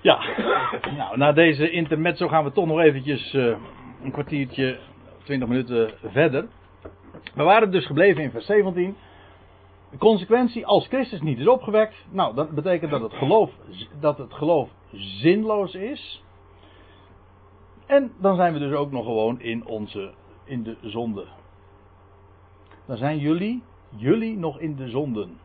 Ja, nou, na deze intermezzo gaan we toch nog eventjes een kwartiertje, 20 minuten verder. We waren dus gebleven in vers 17. De consequentie, als Christus niet is opgewekt, nou, dat betekent dat het geloof zinloos is. En dan zijn we dus ook nog gewoon in de zonde. Dan zijn jullie nog in de zonden.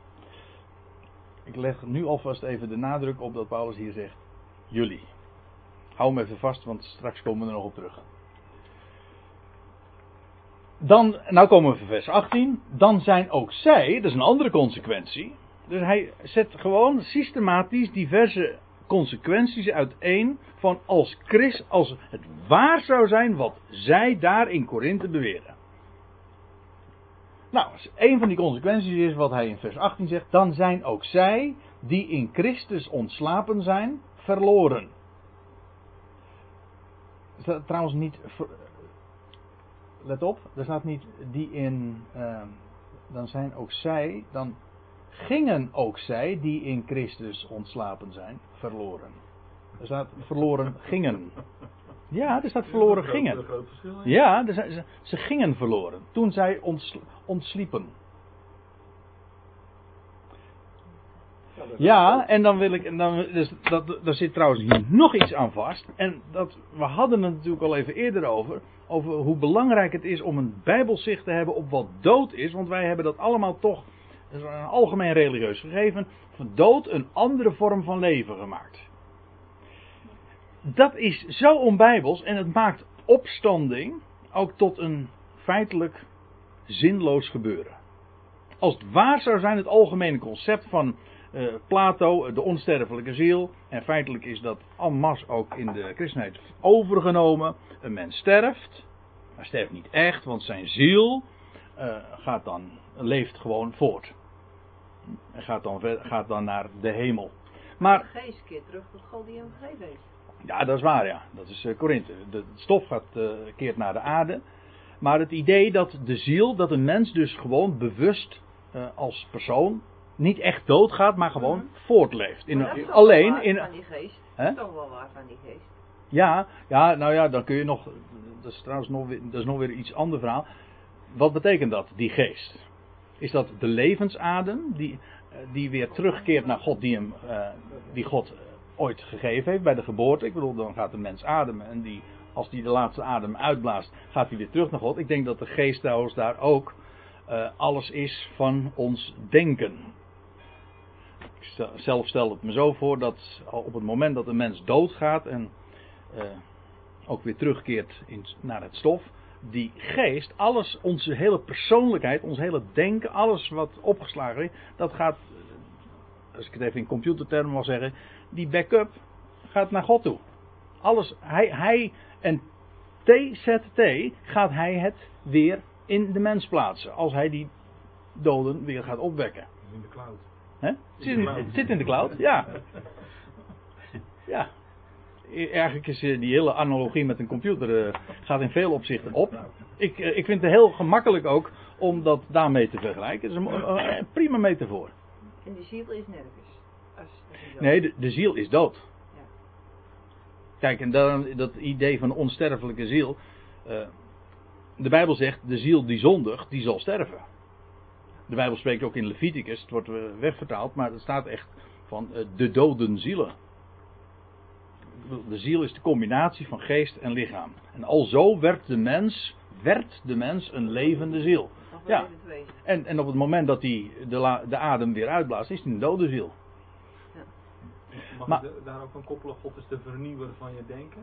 Ik leg nu alvast even de nadruk op dat Paulus hier zegt, jullie. Hou hem even vast, want straks komen we er nog op terug. Nou komen we voor vers 18. Dan zijn ook zij, dat is een andere consequentie. Dus hij zet gewoon systematisch diverse consequenties uiteen van als het waar zou zijn wat zij daar in Korinthe beweren. Nou, een van die consequenties is wat hij in vers 18 zegt. Dan zijn ook zij die in Christus ontslapen zijn, verloren. Er staat trouwens niet... Let op, er staat niet die in... dan zijn ook zij... Dan gingen ook zij die in Christus ontslapen zijn, verloren. Er staat verloren gingen. Ja, er staat verloren gingen. Ja, ze gingen verloren. Toen zij ontsliepen. Ja, en dan wil ik... Daar zit trouwens hier nog iets aan vast. En we hadden het natuurlijk al even eerder over hoe belangrijk het is om een bijbelzicht te hebben op wat dood is. Want wij hebben dat allemaal toch... Dat is een algemeen religieus gegeven. Van dood een andere vorm van leven gemaakt. Dat is zo onbijbels en het maakt opstanding ook tot een feitelijk zinloos gebeuren. Als het waar zou zijn, het algemene concept van Plato, de onsterfelijke ziel, en feitelijk is dat en masse ook in de christenheid overgenomen. Een mens sterft, hij sterft niet echt, want zijn ziel leeft gewoon voort. En gaat dan naar de hemel. Maar de geest keert terug tot God die hem gegeven heeft. Ja, dat is waar, ja. Dat is Korinthe. De stof keert naar de aarde. Maar het idee dat de ziel, dat een mens dus gewoon bewust als persoon niet echt doodgaat, maar gewoon voortleeft. Dat is toch wel waar van die geest. Dat is toch wel waar van die geest. Ja, nou ja, dan kun je nog... Dat is trouwens nog weer iets ander verhaal. Wat betekent dat, die geest? Is dat de levensadem die weer terugkeert naar God, die God ooit gegeven heeft bij de geboorte? Ik bedoel, dan gaat de mens ademen en als die de laatste adem uitblaast, gaat hij weer terug naar God. Ik denk dat de geest trouwens daar ook alles is van ons denken. Zelf stel het me zo voor dat op het moment dat een mens doodgaat en ook weer terugkeert naar het stof, die geest, alles, onze hele persoonlijkheid, ons hele denken, alles wat opgeslagen is, dat gaat, als ik het even in computertermen mag zeggen, die backup gaat naar God toe. Alles, hij en TZT gaat hij het weer in de mens plaatsen. Als hij die doden weer gaat opwekken. In de cloud. Het zit in de cloud, ja. Ja. Eigenlijk is die hele analogie met een computer gaat in veel opzichten op. Ik vind het heel gemakkelijk ook om dat daarmee te vergelijken. Het is een prima metafoor. En de ziel is nergens. Nee, de ziel is dood. Ja. Kijk, en dat idee van de onsterfelijke ziel. De Bijbel zegt, de ziel die zondigt, die zal sterven. De Bijbel spreekt ook in Leviticus, het wordt wegvertaald, maar het staat echt van de doden zielen. De ziel is de combinatie van geest en lichaam. En alzo werd de mens een levende ziel. Ja. En op het moment dat hij de adem weer uitblaast, is hij een dode ziel. Ja. Mag je daar ook aan koppelen, God is de vernieuwer van je denken?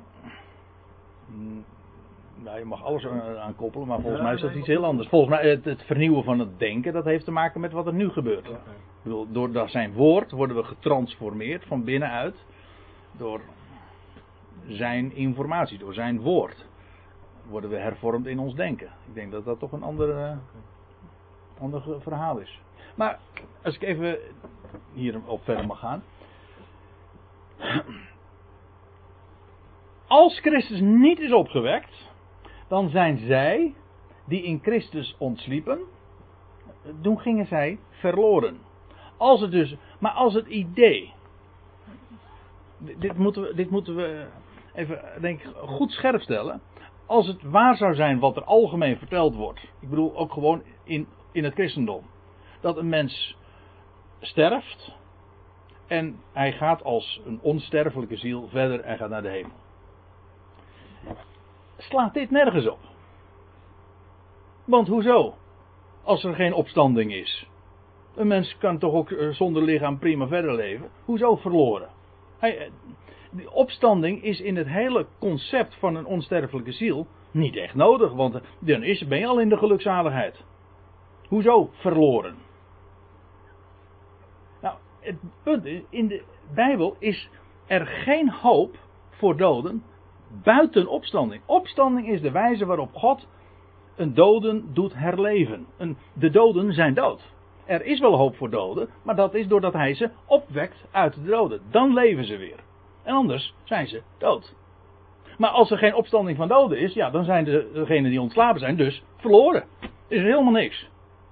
Nou, je mag alles aan koppelen, maar volgens mij is dat iets heel anders. Volgens mij het vernieuwen van het denken, dat heeft te maken met wat er nu gebeurt. Okay. Ik bedoel, door zijn woord worden we getransformeerd van binnenuit. Door zijn informatie, door zijn woord worden we hervormd in ons denken. Ik denk dat dat toch een ander verhaal is. Maar als ik even hierop verder mag gaan. Als Christus niet is opgewekt, dan zijn zij die in Christus ontsliepen, toen gingen zij verloren. Maar als het idee dit moeten we even, denk ik, goed scherp stellen. Als het waar zou zijn wat er algemeen verteld wordt. Ik bedoel ook gewoon in het christendom. Dat een mens sterft. En hij gaat als een onsterfelijke ziel verder en gaat naar de hemel. Slaat dit nergens op. Want hoezo? Als er geen opstanding is. Een mens kan toch ook zonder lichaam prima verder leven. Hoezo verloren? Die opstanding is in het hele concept van een onsterfelijke ziel niet echt nodig. Want dan ben je al in de gelukzaligheid. Hoezo verloren? Nou, het punt is, in de Bijbel is er geen hoop voor doden buiten opstanding. Opstanding is de wijze waarop God een doden doet herleven. De doden zijn dood. Er is wel hoop voor doden, maar dat is doordat hij ze opwekt uit de doden. Dan leven ze weer. En anders zijn ze dood. Maar als er geen opstanding van doden is, ja, dan zijn degenen die ontslapen zijn dus verloren. Is er helemaal niks.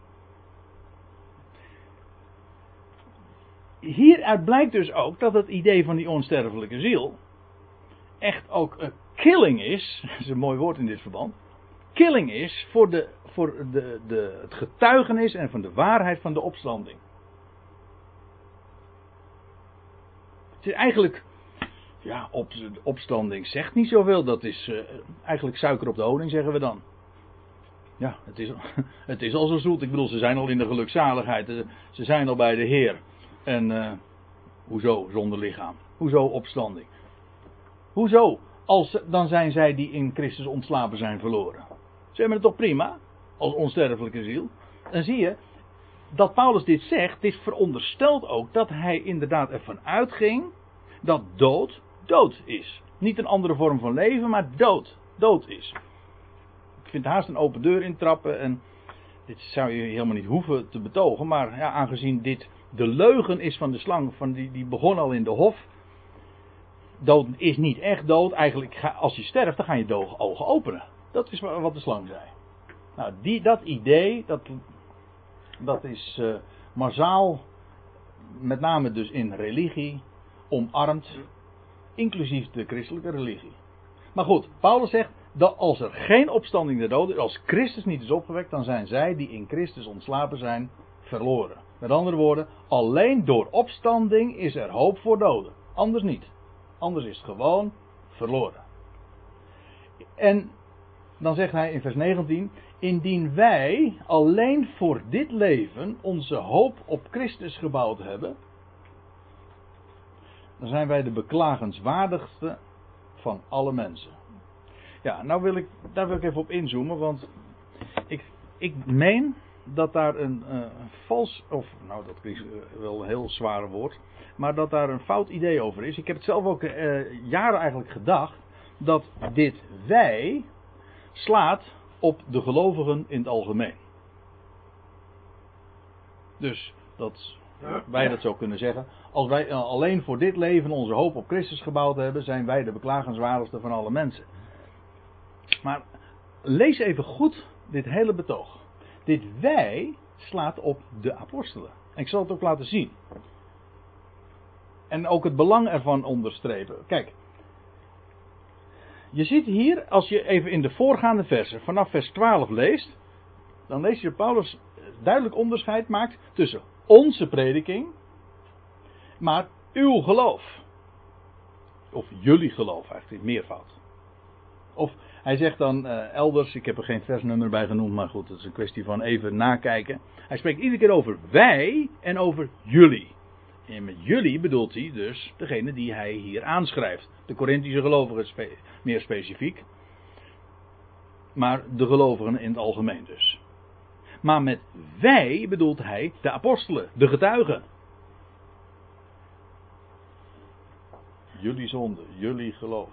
Hieruit blijkt dus ook dat het idee van die onsterfelijke ziel echt ook een killing is. Dat is een mooi woord in dit verband. Killing is voor het getuigenis en van de waarheid van de opstanding. Het is eigenlijk, ja, opstanding zegt niet zoveel. Dat is eigenlijk suiker op de honing, zeggen we dan. Ja, het is al zo zoet. Ik bedoel, ze zijn al in de gelukzaligheid. Ze zijn al bij de Heer. En hoezo zonder lichaam? Hoezo opstanding? Hoezo? Dan zijn zij die in Christus ontslapen zijn verloren. Ze hebben het toch prima? Als onsterfelijke ziel. Dan zie je dat Paulus dit zegt. Dit veronderstelt ook dat hij inderdaad ervan uitging dat dood is. Niet een andere vorm van leven, maar dood is. Ik vind haast een open deur intrappen. En dit zou je helemaal niet hoeven te betogen. Maar ja, aangezien dit de leugen is van de slang. Die begon al in de hof. Dood is niet echt dood. Eigenlijk, als je sterft, dan gaan je ogen openen. Dat is wat de slang zei. Nou, dat idee, dat is massaal, met name dus in religie, omarmd. Inclusief de christelijke religie. Maar goed, Paulus zegt dat als er geen opstanding der doden is, als Christus niet is opgewekt, dan zijn zij die in Christus ontslapen zijn, verloren. Met andere woorden, alleen door opstanding is er hoop voor doden. Anders niet. Anders is het gewoon verloren. En dan zegt hij in vers 19: indien wij alleen voor dit leven onze hoop op Christus gebouwd hebben, dan zijn wij de beklagenswaardigste van alle mensen. Ja, nou daar wil ik even op inzoomen, want ik meen dat daar een vals, of nou dat is wel een heel zware woord, maar dat daar een fout idee over is. Ik heb het zelf ook jaren eigenlijk gedacht, dat dit wij slaat op de gelovigen in het algemeen. Dus dat wij dat zo kunnen zeggen. Als wij alleen voor dit leven onze hoop op Christus gebouwd hebben, zijn wij de beklagenswaardigste van alle mensen. Maar lees even goed dit hele betoog. Dit wij slaat op de apostelen. En ik zal het ook laten zien. En ook het belang ervan onderstrepen. Kijk. Je ziet hier, als je even in de voorgaande versen, vanaf vers 12 leest, dan lees je dat Paulus duidelijk onderscheid maakt tussen onze prediking, maar uw geloof. Of jullie geloof eigenlijk, in meervoud. Of hij zegt dan elders, ik heb er geen versnummer bij genoemd, maar goed, dat is een kwestie van even nakijken. Hij spreekt iedere keer over wij en over jullie. En met jullie bedoelt hij dus degene die hij hier aanschrijft. De Korinthische gelovigen meer specifiek. Maar de gelovigen in het algemeen dus. Maar met wij bedoelt hij de apostelen, de getuigen. Jullie zonde, jullie geloof.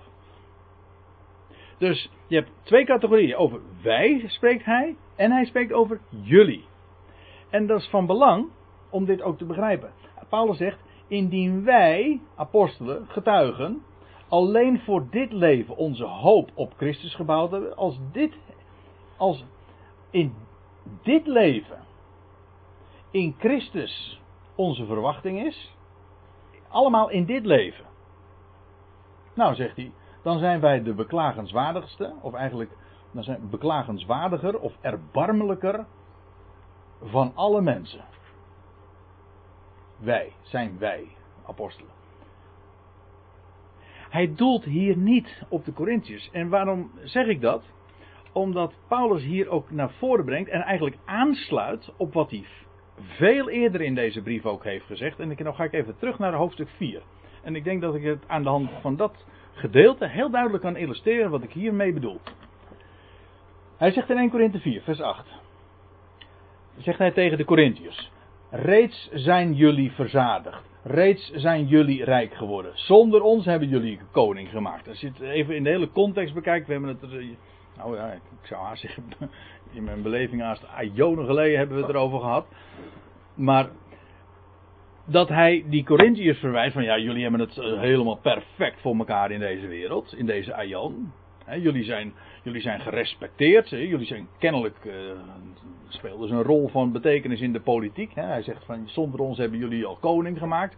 Dus je hebt twee categorieën. Over wij spreekt hij en hij spreekt over jullie. En dat is van belang om dit ook te begrijpen. Paulus zegt, indien wij, apostelen, getuigen, alleen voor dit leven onze hoop op Christus gebouwd hebben, als in dit leven in Christus onze verwachting is, allemaal in dit leven. Nou, zegt hij, dan zijn wij de beklagenswaardigste, of eigenlijk, dan zijn beklagenswaardiger of erbarmelijker van alle mensen. Wij, apostelen. Hij doelt hier niet op de Corinthiërs. En waarom zeg ik dat? Omdat Paulus hier ook naar voren brengt en eigenlijk aansluit op wat hij veel eerder in deze brief ook heeft gezegd. En dan ga ik even terug naar hoofdstuk 4. En ik denk dat ik het aan de hand van dat gedeelte heel duidelijk kan illustreren wat ik hiermee bedoel. Hij zegt in 1 Korinthe 4, vers 8. Zegt hij tegen de Corinthiërs. Reeds zijn jullie verzadigd. Reeds zijn jullie rijk geworden. Zonder ons hebben jullie koning gemaakt. Als je het even in de hele context bekijkt. We hebben het er, nou ja, ik zou haast zeggen, in mijn beleving haast aionen geleden hebben we het erover gehad. Maar dat hij die Corinthiërs verwijt van ja, jullie hebben het helemaal perfect voor elkaar in deze wereld. In deze aion. Jullie zijn gerespecteerd. Jullie zijn kennelijk speelden ze een rol van betekenis in de politiek. Hij zegt van zonder ons hebben jullie al koning gemaakt.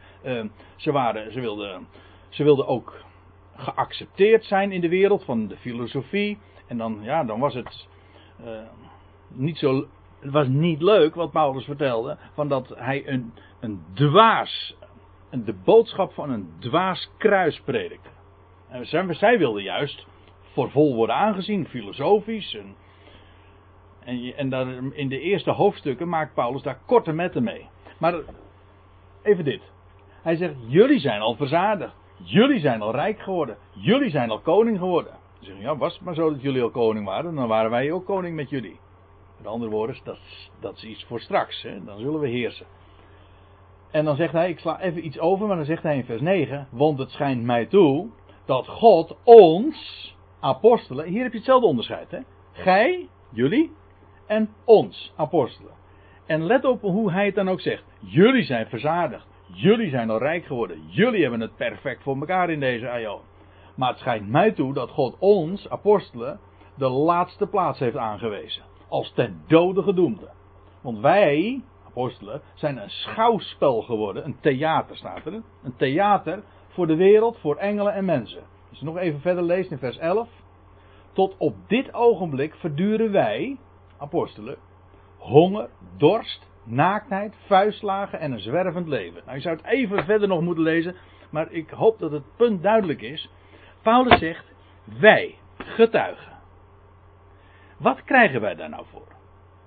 Ze wilden ook geaccepteerd zijn in de wereld van de filosofie. En dan was het niet zo. Het was niet leuk wat Paulus vertelde. Van dat hij een dwaas. De boodschap van een dwaas kruis predikte. En zij wilden juist voor vol worden aangezien, filosofisch. En daar in de eerste hoofdstukken maakt Paulus daar korte metten mee. Maar even dit. Hij zegt, jullie zijn al verzadigd. Jullie zijn al rijk geworden. Jullie zijn al koning geworden. Ze zeggen, ja, was het maar zo dat jullie al koning waren, dan waren wij ook koning met jullie. Met andere woorden, dat is iets voor straks. Hè? Dan zullen we heersen. En dan zegt hij, ik sla even iets over, maar dan zegt hij in vers 9, want het schijnt mij toe dat God ons, apostelen, hier heb je hetzelfde onderscheid. Hè? Gij, jullie, en ons, apostelen. En let op hoe hij het dan ook zegt. Jullie zijn verzadigd. Jullie zijn al rijk geworden. Jullie hebben het perfect voor elkaar in deze aion. Maar het schijnt mij toe dat God ons, apostelen, de laatste plaats heeft aangewezen. Als ten dode gedoemde. Want wij, apostelen, zijn een schouwspel geworden. Een theater staat er. Een theater voor de wereld, voor engelen en mensen. Als je nog even verder leest in vers 11. Tot op dit ogenblik verduren wij, apostelen, honger, dorst, naaktheid, vuistslagen en een zwervend leven. Nou, je zou het even verder nog moeten lezen, maar ik hoop dat het punt duidelijk is. Paulus zegt, wij, getuigen. Wat krijgen wij daar nou voor?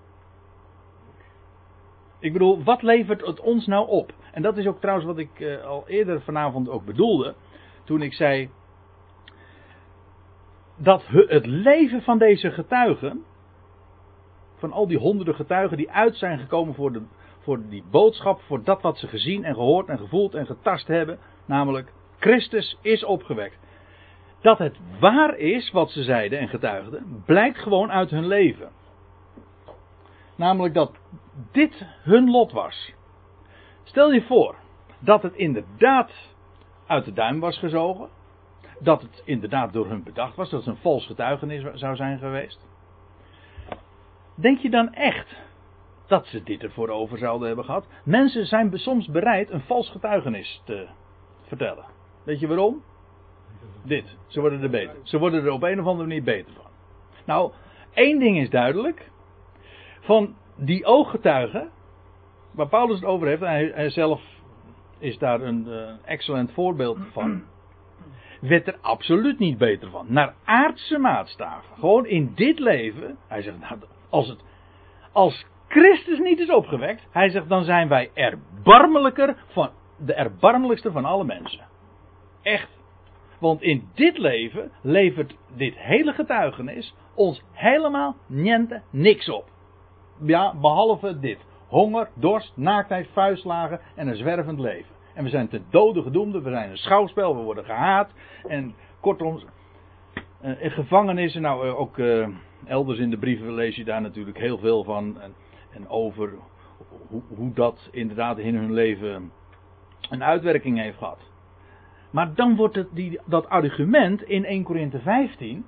Ik bedoel, wat levert het ons nou op? En dat is ook trouwens wat ik al eerder vanavond ook bedoelde, toen ik zei dat het leven van deze getuigen, van al die honderden getuigen die uit zijn gekomen voor die boodschap, voor dat wat ze gezien en gehoord en gevoeld en getast hebben, namelijk Christus is opgewekt. Dat het waar is wat ze zeiden en getuigden, blijkt gewoon uit hun leven. Namelijk dat dit hun lot was. Stel je voor dat het inderdaad uit de duim was gezogen. Dat het inderdaad door hun bedacht was. Dat het een vals getuigenis zou zijn geweest. Denk je dan echt dat ze dit ervoor over zouden hebben gehad? Mensen zijn soms bereid een vals getuigenis te vertellen. Weet je waarom? Dit. Ze worden er beter. Ze worden er op een of andere manier beter van. Nou, één ding is duidelijk. Van die ooggetuigen, waar Paulus het over heeft, en hij zelf is daar een excellent voorbeeld van, werd er absoluut niet beter van. Naar aardse maatstaven. Gewoon in dit leven. Hij zegt, nou, als Christus niet is opgewekt, hij zegt, dan zijn wij de erbarmelijkste van alle mensen. Echt. Want in dit leven levert dit hele getuigenis ons helemaal niks op. Ja, behalve dit. Honger, dorst, naaktheid, vuistslagen en een zwervend leven. En we zijn ten dode gedoemd, we zijn een schouwspel, we worden gehaat. En kortom, in gevangenissen, nou ook elders in de brieven lees je daar natuurlijk heel veel van. En over hoe dat inderdaad in hun leven een uitwerking heeft gehad. Maar dan wordt dat argument in 1 Korinthe 15...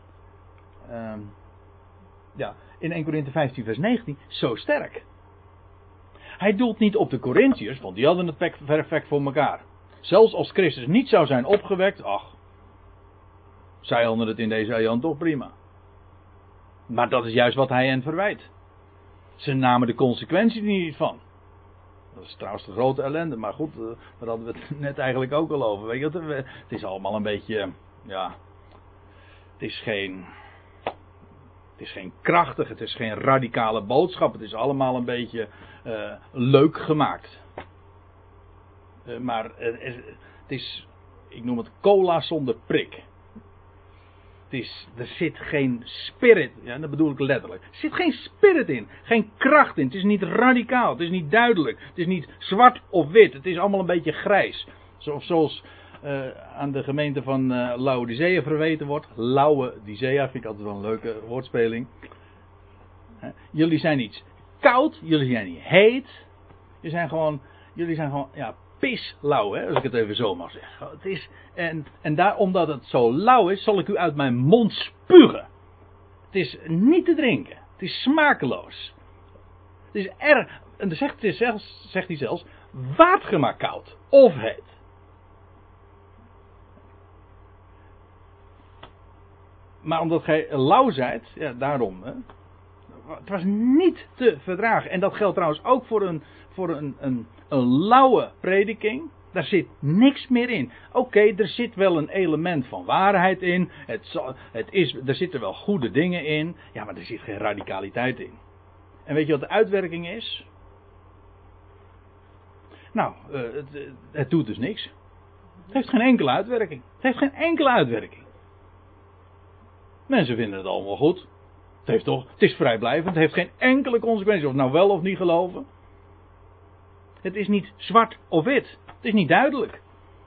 in 1 Korinthe 15 vers 19 zo sterk. Hij doelt niet op de Corinthiërs, want die hadden het perfect voor elkaar. Zelfs als Christus niet zou zijn opgewekt, ach, Zij hadden het in deze eeuw toch prima. Maar dat is juist wat hij hen verwijt. Ze namen de consequentie er niet van. Dat is trouwens de grote ellende. Maar goed, daar hadden we het net eigenlijk ook al over. Weet je, het is allemaal een beetje... Ja, het is geen krachtig, het is geen radicale boodschap. Het is allemaal een beetje leuk gemaakt. Maar het is, ik noem het cola zonder prik. Er zit geen spirit, ja, dat bedoel ik letterlijk. Er zit geen spirit in, geen kracht in. Het is niet radicaal, het is niet duidelijk. Het is niet zwart of wit, het is allemaal een beetje grijs. Zoals aan de gemeente van Laodicea verweten wordt. Laodicea vind ik altijd wel een leuke woordspeling. Jullie zijn niet koud, jullie zijn niet heet. Jullie zijn gewoon ja, pislauw, hè, als ik het even zo mag zeggen. Het is, omdat het zo lauw is, zal ik u uit mijn mond spugen. Het is niet te drinken. Het is smakeloos. Het is erg. En dan zegt hij zelfs, waart ge maar koud of heet. Maar omdat gij lauw zijt, ja, daarom. Hè, het was niet te verdragen. En dat geldt trouwens ook voor een lauwe prediking. Daar zit niks meer in. Oké, er zit wel een element van waarheid in. Er zitten wel goede dingen in. Ja, maar er zit geen radicaliteit in. En weet je wat de uitwerking is? Nou, het doet dus niks. Het heeft geen enkele uitwerking. Het heeft geen enkele uitwerking. Mensen vinden het allemaal goed. Het is vrijblijvend. Het heeft geen enkele consequentie of nou wel of niet geloven. Het is niet zwart of wit. Het is niet duidelijk.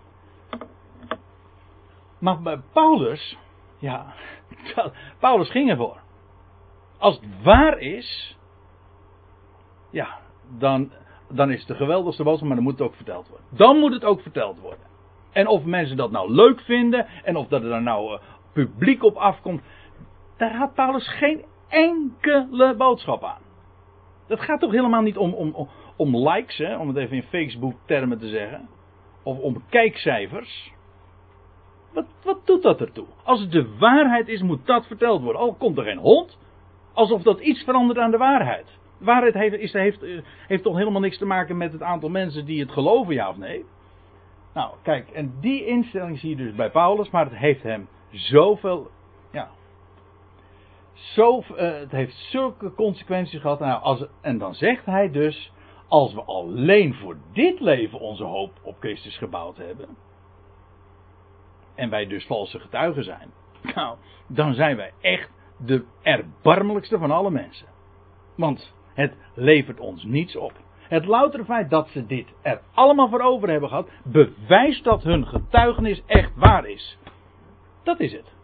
Maar bij Paulus, ja, Paulus ging ervoor. Als het waar is, ja, dan is het de geweldigste boodschap, maar dan moet het ook verteld worden. Dan moet het ook verteld worden. En of mensen dat nou leuk vinden, en of dat er nou publiek op afkomt, daar had Paulus geen enkele boodschap aan. Dat gaat toch helemaal niet om likes, hè, om het even in Facebook-termen te zeggen. Of om kijkcijfers. Wat doet dat ertoe? Als het de waarheid is, moet dat verteld worden. Al komt er geen hond. Alsof dat iets verandert aan de waarheid. De waarheid heeft toch helemaal niks te maken met het aantal mensen die het geloven, ja of nee? Nou, kijk, en die instelling zie je dus bij Paulus, maar het heeft hem zoveel, ja, het heeft zulke consequenties gehad. Nou, en dan zegt hij dus, als we alleen voor dit leven onze hoop op Christus gebouwd hebben, en wij dus valse getuigen zijn, nou, dan zijn wij echt de erbarmelijkste van alle mensen. Want het levert ons niets op. Het loutere feit dat ze dit er allemaal voor over hebben gehad, bewijst dat hun getuigenis echt waar is. Dat is het.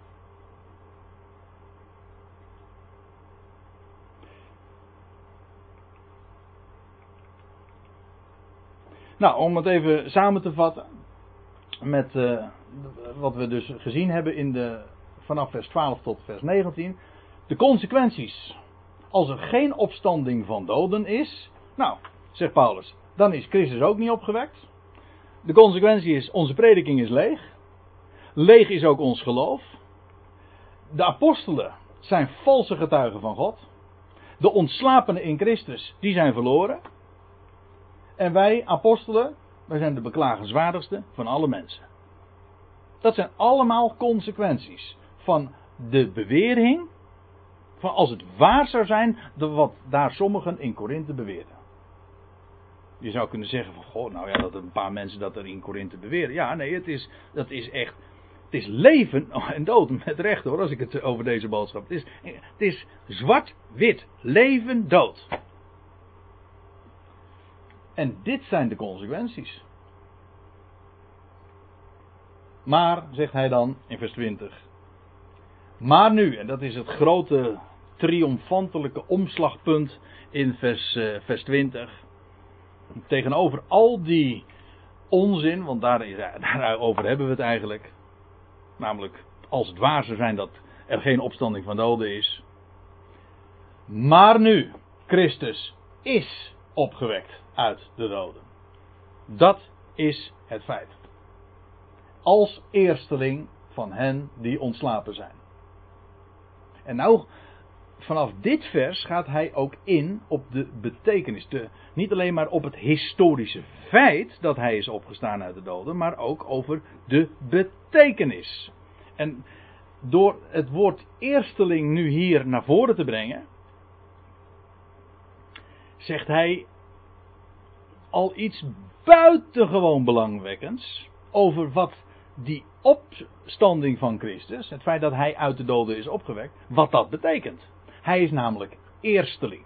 Nou, om het even samen te vatten met wat we dus gezien hebben vanaf vers 12 tot vers 19. De consequenties. Als er geen opstanding van doden is, nou, zegt Paulus, dan is Christus ook niet opgewekt. De consequentie is, onze prediking is leeg. Leeg is ook ons geloof. De apostelen zijn valse getuigen van God. De ontslapenen in Christus, die zijn verloren. En wij, apostelen, wij zijn de beklagenswaardigste van alle mensen. Dat zijn allemaal consequenties van de bewering, van als het waar zou zijn, wat daar sommigen in Korinthe beweerden. Je zou kunnen zeggen van, goh, nou ja, dat een paar mensen dat er in Korinthe beweren. Ja, nee, het is leven en dood, met recht hoor, als ik het over deze boodschap. Het is zwart-wit, leven, dood. En dit zijn de consequenties. Maar, zegt hij dan in vers 20. Maar nu, en dat is het grote triomfantelijke omslagpunt in vers 20. Tegenover al die onzin, want daarover hebben we het eigenlijk. Namelijk, als het waar zou zijn dat er geen opstanding van doden is. Maar nu, Christus is opgewekt uit de doden. Dat is het feit. Als eersteling van hen die ontslapen zijn. En nou, vanaf dit vers gaat hij ook in op de betekenis. Niet alleen maar op het historische feit dat hij is opgestaan uit de doden, maar ook over de betekenis. En door het woord eersteling nu hier naar voren te brengen, zegt hij al iets buitengewoon belangwekkends over wat die opstanding van Christus, het feit dat hij uit de doden is opgewekt, wat dat betekent. Hij is namelijk eersteling.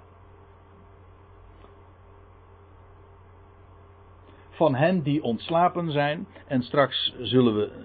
Van hen die ontslapen zijn. En straks zullen we...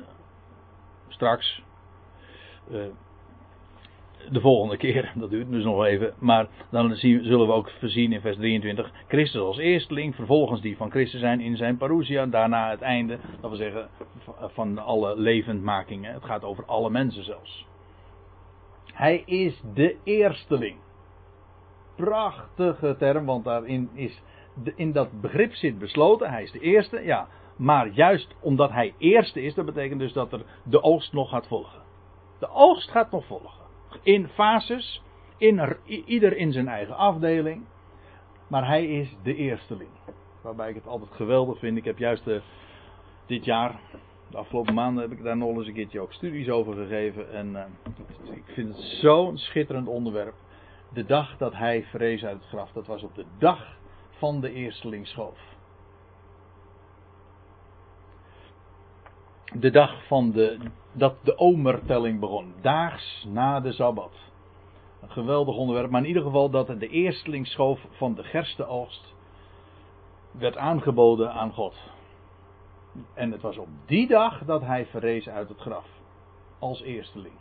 de volgende keer, dat duurt dus nog even. Maar dan zullen we ook voorzien in vers 23. Christus als eersteling. Vervolgens die van Christus zijn in zijn parousia. Daarna het einde. Dat wil zeggen van alle levendmakingen. Het gaat over alle mensen zelfs. Hij is de eersteling. Prachtige term, want daarin is in dat begrip zit besloten. Hij is de eerste, ja. Maar juist omdat hij eerste is, dat betekent dus dat er de oogst nog gaat volgen. De oogst gaat nog volgen. In fases, ieder in zijn eigen afdeling. Maar hij is de eersteling. Waarbij ik het altijd geweldig vind. Ik heb juist dit jaar, de afgelopen maanden, heb ik daar nog eens een keertje ook studies over gegeven. En ik vind het zo'n schitterend onderwerp. De dag dat hij verrees uit het graf, dat was op de dag van de eerstelingsschoof. De dag van dat de omertelling begon. Daags na de Sabbat. Een geweldig onderwerp. Maar in ieder geval dat de eerstelingsschoof van de gerstenoogst werd aangeboden aan God. En het was op die dag dat hij verrees uit het graf. Als eersteling.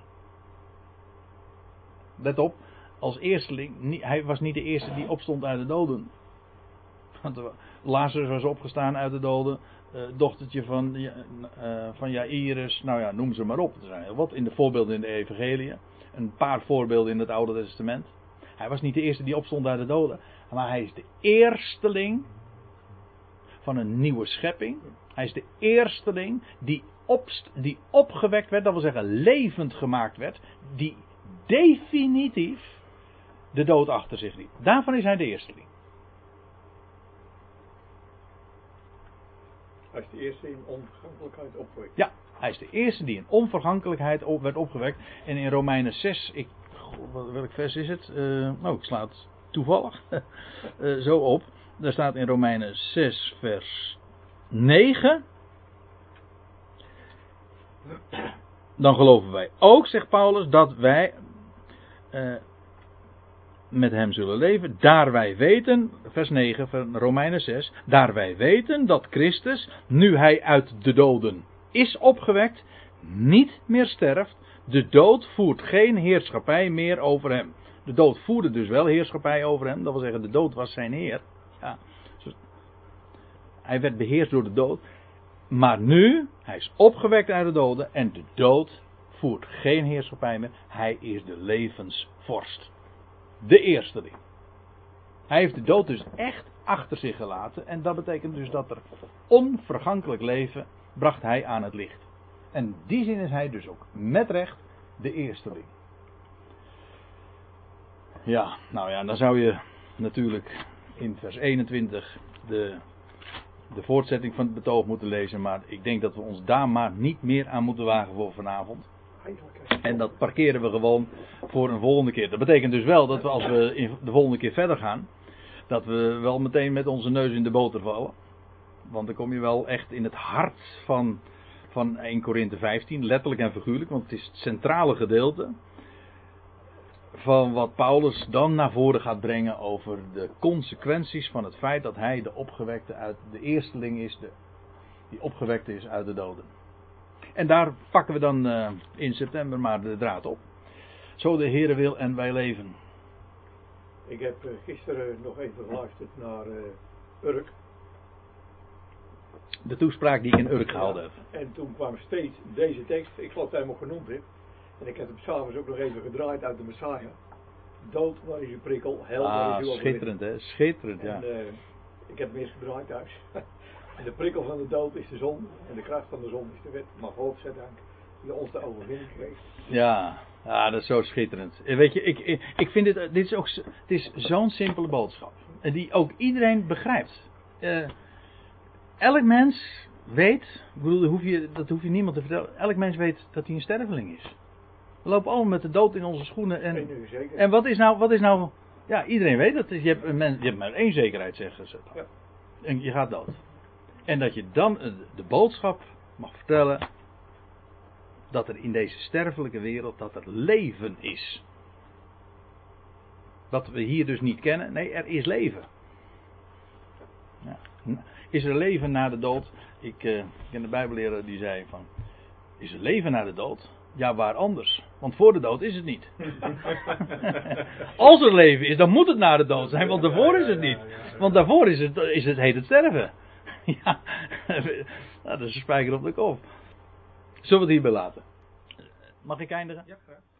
Let op. Als eersteling. Hij was niet de eerste die opstond uit de doden. Want Lazarus was opgestaan uit de doden. Dochtertje van Jairus. Nou ja, noem ze maar op. Er zijn heel wat in de voorbeelden in de evangelie. Een paar voorbeelden in het Oude Testament. Hij was niet de eerste die opstond uit de doden. Maar hij is de eersteling van een nieuwe schepping. Hij is de eersteling die opgewekt werd. Dat wil zeggen levend gemaakt werd. Die definitief de dood achter zich liet. Daarvan is hij de eersteling. Hij is de eerste in onvergankelijkheid opgewekt. Ja, hij is de eerste die in onvergankelijkheid werd opgewekt. En in Romeinen 6, welk vers is het? Ik sla het toevallig zo op. Daar staat in Romeinen 6 vers 9. Dan geloven wij ook, zegt Paulus, dat wij met hem zullen leven. Daar wij weten, vers 9 van Romeinen 6. Daar wij weten dat Christus, nu hij uit de doden is opgewekt, niet meer sterft. De dood voert geen heerschappij meer over hem. De dood voerde dus wel heerschappij over hem. Dat wil zeggen, de dood was zijn heer. Ja. Hij werd beheerst door de dood. Maar nu, hij is opgewekt uit de doden en de dood voert geen heerschappij meer. Hij is de levensvorst. De eersteling. Hij heeft de dood dus echt achter zich gelaten. En dat betekent dus dat er onvergankelijk leven bracht hij aan het licht. En in die zin is hij dus ook met recht de eersteling. Ja, nou ja, dan zou je natuurlijk in vers 21 de voortzetting van het betoog moeten lezen. Maar ik denk dat we ons daar maar niet meer aan moeten wagen voor vanavond. En dat parkeren we gewoon voor een volgende keer. Dat betekent dus wel dat we als we de volgende keer verder gaan, dat we wel meteen met onze neus in de boter vallen. Want dan kom je wel echt in het hart van 1 Korinthe 15, letterlijk en figuurlijk, want het is het centrale gedeelte van wat Paulus dan naar voren gaat brengen over de consequenties van het feit dat hij de eersteling is, die opgewekt is uit de doden. En daar pakken we dan in september maar de draad op. Zo de Heere wil en wij leven. Ik heb gisteren nog even geluisterd naar Urk. De toespraak die ik in Urk gehouden heb. En toen kwam steeds deze tekst, ik geloof dat hij hem ook genoemd heeft. En ik heb hem s'avonds ook nog even gedraaid uit de Messiah. Dood, waar is uw prikkel? Hel, waar is uw schitterend hè, schitterend ja. En, ik heb hem eerst gedraaid thuis. En de prikkel van de dood is de zon. En de kracht van de zon is de wet. Maar God zij dank die ons de overwinning kreeg. Ja, dat is zo schitterend. Weet je, ik vind dit is ook, het is zo'n simpele boodschap. En die ook iedereen begrijpt. Elk mens weet, ik bedoel, dat hoef je niemand te vertellen. Elk mens weet dat hij een sterveling is. We lopen allemaal met de dood in onze schoenen. En wat is nou, ja, iedereen weet dat. Je hebt maar één zekerheid, zeggen ze. Ja. En je gaat dood. En dat je dan de boodschap mag vertellen dat er in deze sterfelijke wereld, dat er leven is. Wat we hier dus niet kennen. Nee, er is leven. Ja. Is er leven na de dood? Ik ken de Bijbelleraar die zei van, is er leven na de dood? Ja, waar anders? Want voor de dood is het niet. Als er leven is, dan moet het na de dood zijn, want daarvoor is het niet. Want daarvoor heet het sterven. Ja, dat is een spijker op de kop. Zullen we het hierbij laten? Mag ik eindigen? Ja, graag.